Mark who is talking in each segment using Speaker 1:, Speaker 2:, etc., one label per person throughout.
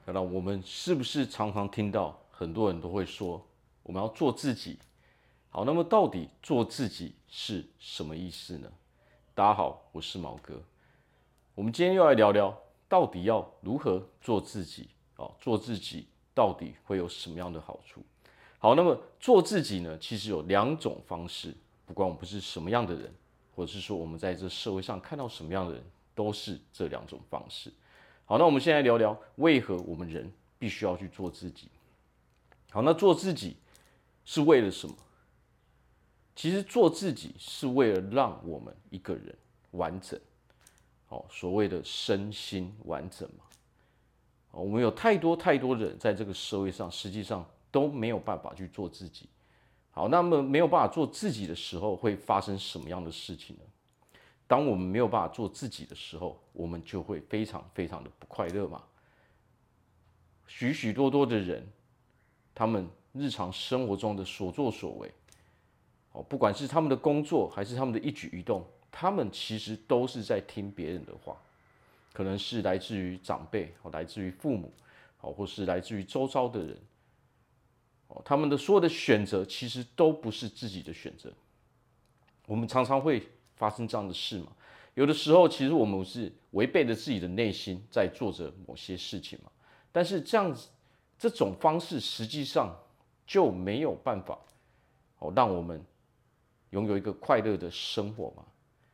Speaker 1: 那我们是不是常常听到很多人都会说，我们要做自己？好，那么到底做自己是什么意思呢？大家好，我是毛哥。我们今天又来聊聊，到底要如何做自己？做自己到底会有什么样的好处？好，那么做自己呢，其实有两种方式，不管我们是什么样的人，或者是说我们在这社会上看到什么样的人，都是这两种方式。好，那我们现在聊聊为何我们人必须要去做自己。好，那做自己是为了什么？其实做自己是为了让我们一个人完整，所谓的身心完整嘛。我们有太多太多人在这个社会上，实际上都没有办法去做自己。好，那么没有办法做自己的时候，会发生什么样的事情呢？当我们没有办法做自己的时候，我们就会非常非常的不快乐嘛。许许多多的人，他们日常生活中的所作所为，不管是他们的工作还是他们的一举一动，他们其实都是在听别人的话，可能是来自于长辈，来自于父母，或是来自于周遭的人，他们的所有的选择其实都不是自己的选择。我们常常会发生这样的事嘛？有的时候，其实我们是违背着自己的内心在做着某些事情嘛。但是这样子，这种方式实际上就没有办法让我们拥有一个快乐的生活嘛。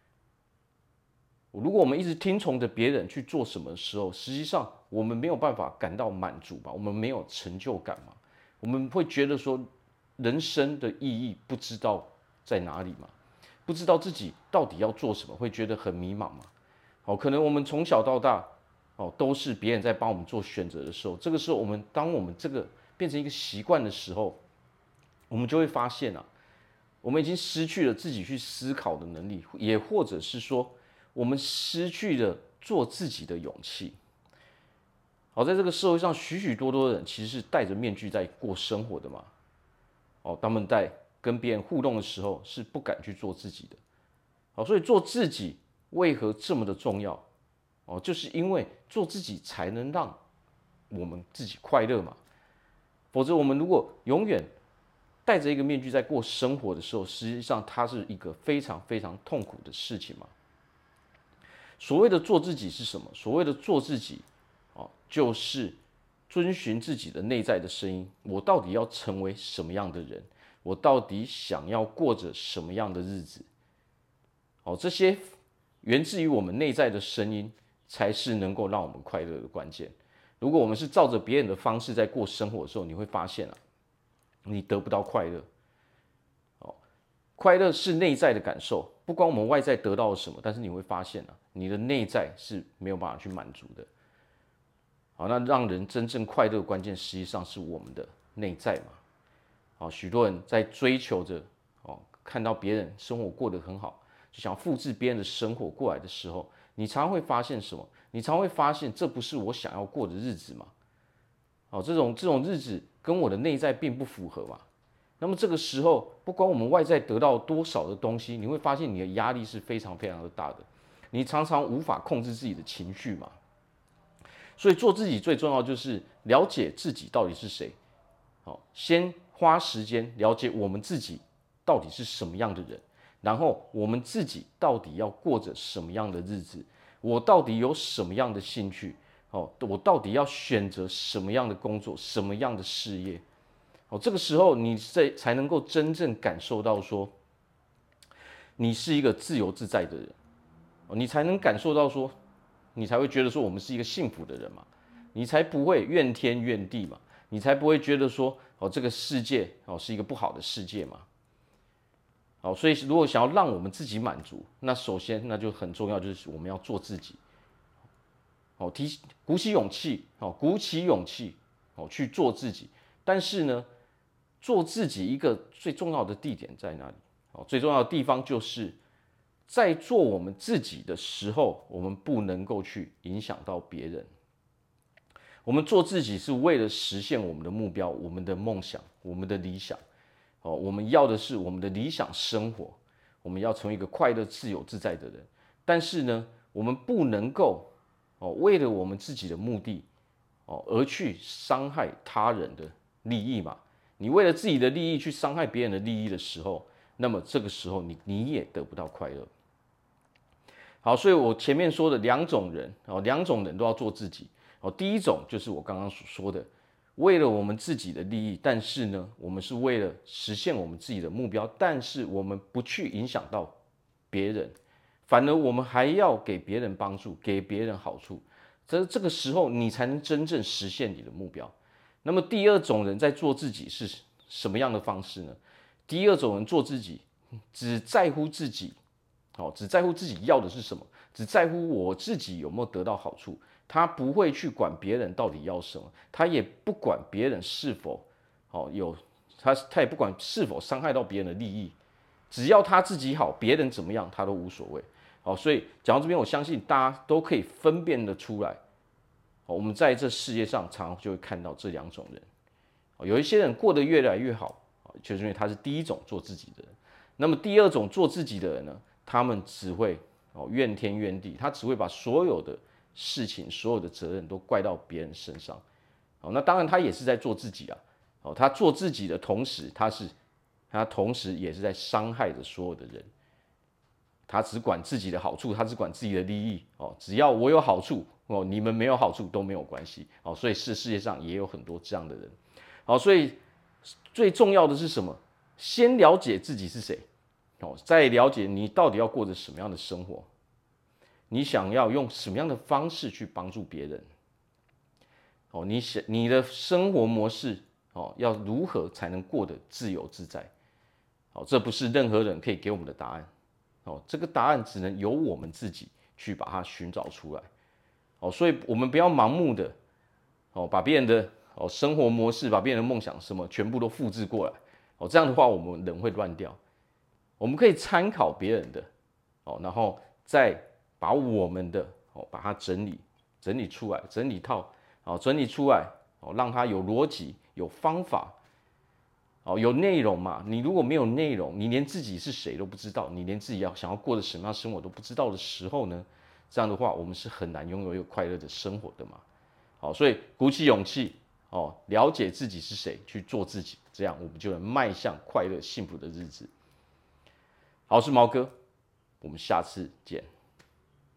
Speaker 1: 如果我们一直听从着别人去做什么的时候，实际上我们没有办法感到满足吧？我们没有成就感嘛？我们会觉得说，人生的意义不知道在哪里嘛？不知道自己到底要做什么，会觉得很迷茫嘛？可能我们从小到大，都是别人在帮我们做选择的时候，这个时候当我们这个变成一个习惯的时候，我们就会发现啊，我们已经失去了自己去思考的能力，也或者是说，我们失去了做自己的勇气。好，在这个社会上，许许多多的人其实是戴着面具在过生活的嘛。他们在跟别人互动的时候是不敢去做自己的。好，所以做自己为何这么的重要？就是因为做自己才能让我们自己快乐嘛。否则，我们如果永远戴着一个面具在过生活的时候，实际上它是一个非常非常痛苦的事情嘛。所谓的做自己是什么？所谓的做自己，就是遵循自己的内在的声音。我到底要成为什么样的人？我到底想要过着什么样的日子？这些源自于我们内在的声音，才是能够让我们快乐的关键。如果我们是照着别人的方式在过生活的时候，你会发现啊，你得不到快乐。快乐是内在的感受，不管我们外在得到了什么，但是你会发现啊，你的内在是没有办法去满足的。好，那让人真正快乐的关键，实际上是我们的内在嘛。许多人在追求着看到别人生活过得很好，就想复制别人的生活过来的时候，你常常会发现什么？你常会发现这不是我想要过的日子嘛？这种日子跟我的内在并不符合嘛？那么这个时候，不管我们外在得到多少的东西，你会发现你的压力是非常非常的大的，你常常无法控制自己的情绪嘛。所以做自己最重要就是了解自己到底是谁。先花时间了解我们自己到底是什么样的人，然后我们自己到底要过着什么样的日子，我到底有什么样的兴趣，我到底要选择什么样的工作，什么样的事业。这个时候你才能够真正感受到说，你是一个自由自在的人，你才能感受到说，你才会觉得说我们是一个幸福的人嘛，你才不会怨天怨地嘛，你才不会觉得说这个世界是一个不好的世界嘛。所以如果想要让我们自己满足，那首先那就很重要，就是我们要做自己。鼓起勇气，鼓起勇气，去做自己。但是呢，做自己一个最重要的地点在哪里？最重要的地方就是在做我们自己的时候，我们不能够去影响到别人。我们做自己是为了实现我们的目标、我们的梦想、我们的理想。我们要的是我们的理想生活，我们要成为一个快乐、自由自在的人。但是呢，我们不能够为了我们自己的目的， 而去伤害他人的利益嘛。你为了自己的利益去伤害别人的利益的时候，那么这个时候你也得不到快乐。好，所以我前面说的两种人都要做自己。第一种就是我刚刚所说的，为了我们自己的利益，但是呢，我们是为了实现我们自己的目标，但是我们不去影响到别人，反而我们还要给别人帮助，给别人好处。这个时候，你才能真正实现你的目标。那么第二种人在做自己是什么样的方式呢？第二种人做自己，只在乎自己，只在乎自己要的是什么，只在乎我自己有没有得到好处，他不会去管别人到底要什么，他也不管别人是否他也不管是否伤害到别人的利益，只要他自己好，别人怎么样他都无所谓。所以讲到这边，我相信大家都可以分辨得出来。我们在这世界上常常就会看到这两种人。有一些人过得越来越好，就是因为他是第一种做自己的人。那么第二种做自己的人呢，他们只会怨天怨地，他只会把所有的事情、所有的责任都怪到别人身上。那当然他也是在做自己啊。他做自己的同时，他同时也是在伤害着所有的人。他只管自己的好处，他只管自己的利益。只要我有好处，你们没有好处都没有关系。所以世界上也有很多这样的人。所以最重要的是什么？先了解自己是谁，再了解你到底要过着什么样的生活，你想要用什么样的方式去帮助别人。你的生活模式要如何才能过得自由自在？这不是任何人可以给我们的答案。这个答案只能由我们自己去把它寻找出来。所以我们不要盲目的把别人的生活模式，把别人的梦想什么全部都复制过来。这样的话我们人会乱掉。我们可以参考别人的，然后再把我们的把它整理出来，整理出来，让它有逻辑、有方法。有内容嘛？你如果没有内容，你连自己是谁都不知道，你连自己想要过的什么样的生活都不知道的时候呢？这样的话，我们是很难拥有一个快乐的生活的嘛。所以鼓起勇气，了解自己是谁，去做自己，这样我们就能迈向快乐幸福的日子。好，我是毛哥，我们下次见。